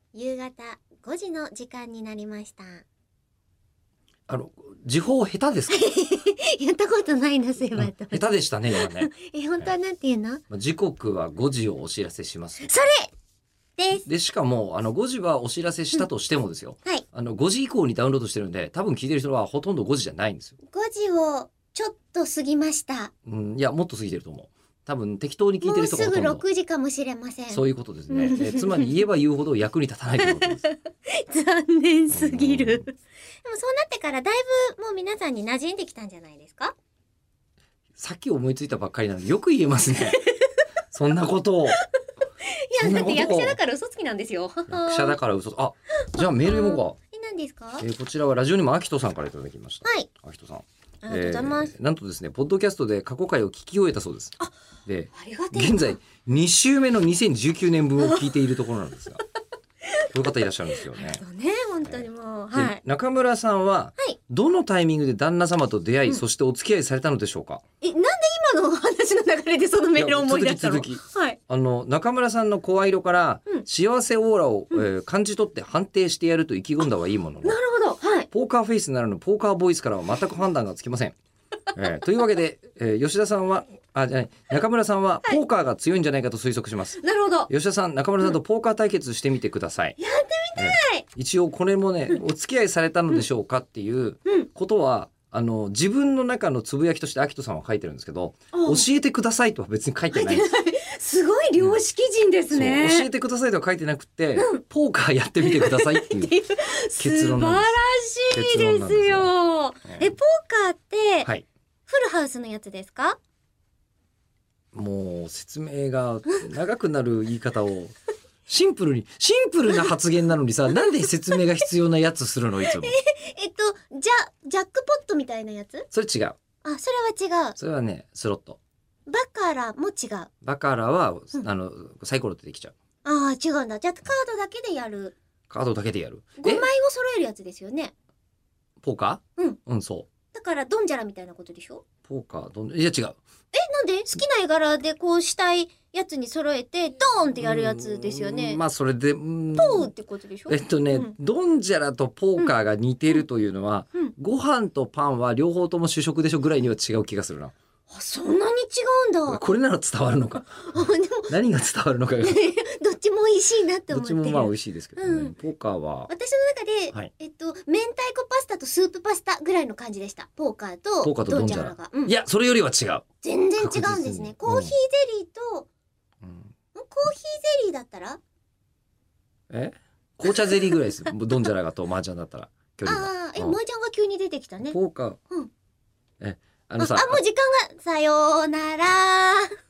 夕方5時の時間になりました。 時報下手ですか？ やったことないな、そういえば、 下手でしたね今ね。 本当はなんて言うの？ 時刻は5時をお知らせします。 それです。 でしかも5時はお知らせしたとしてもですよ、 はい。 5時以降にダウンロードしてるんで、多分聞いてる人はほとんど5時じゃないんですよ。 5時をちょっと過ぎました。 いやもっと過ぎてると思う。多分適当に聞いてる人がほとんど。 もうすぐ6時かもしれません。 そういうことですね。つまり言えば言うほど役に立たないということです。 残念すぎる。でもそうなってからだいぶもう皆さんに馴染んできたんじゃないですか？ さっき思いついたばっかりなのでよく言えますね。そんなことを。いやだって役者だから嘘つきなんですよ。 役者だから嘘。じゃあメール読もうか。 何ですか？ こちらはラジオネームあきとさんからいただきました。 はい。 あきとさん。 ありがとうございます。 なんとですね、ポッドキャストで過去回を聞き終えたそうです。で、 ありがたい。 現在2週目の2019年分を聞いているところなんですが、こういう方いらっしゃるんですよね。 ね、本当にもう、はい。 中村さんは、どのタイミングで旦那様と出会い、そしてお付き合いされたのでしょうか？ なんで今の話の流れでそのメールを思い出したの？ 続き。 はい。 中村さんの声色から、幸せオーラを、感じ取って判定してやると意気込んだはいいものの、 なるほど。はい。 ポーカーフェイスならぬポーカーボイスからは全く判断がつきません。というわけで、吉田さんは中村さんはポーカーが強いんじゃないかと推測します。 なるほど。 吉田さん、中村さんとポーカー対決してみてください。 やってみたい。 一応これもね、お付き合いされたのでしょうかっていうことは、自分の中のつぶやきとして秋人さんは書いてるんですけど、教えてくださいとは別に書いてないんです。 すごい良識人ですね。 教えてくださいとは書いてなくて、ポーカーやってみてくださいっていう結論なんです。 素晴らしいですよ。ポーカーって、フルハウスのやつですか？ もう説明が長くなる言い方をシンプルな発言なのにさ、なんで説明が必要なやつするのいつも。 ジャックポットみたいなやつ？ それ違う。 それは違う。 それはね、スロット。 バカラも違う。 バカラは、サイコロでできちゃう。 違うんだ。じゃあカードだけでやる。 カードだけでやる。 5枚を揃えるやつですよね。 ポーカー？そう。 だからドンジャラみたいなことでしょ？ ポーカーいや違う。 なんで好きな絵柄でこうしたいやつに揃えてドーンってやるやつですよね。 まあそれでポーってことでしょ？ ドンジャラとポーカーが似てるというのは、ご飯とパンは両方とも主食でしょぐらいには違う気がするな。 そんなに違うんだ。 これなら伝わるのか。何が伝わるのかが。 どっちも美味しいなって思ってる。 どっちもまあ美味しいですけどね。ポーカーは私の中で、明太子パスタとスープパスタぐらいの感じでした。ポーカーとドンジャラが。 いやそれよりは違う。 全然違うんですね。コーヒーゼリーと、コーヒーゼリーだったら紅茶ゼリーぐらいです。ドンジャラがと麻雀だったら距離が。 麻雀が急に出てきたね。 ポーカー。 もう時間が。さようなら。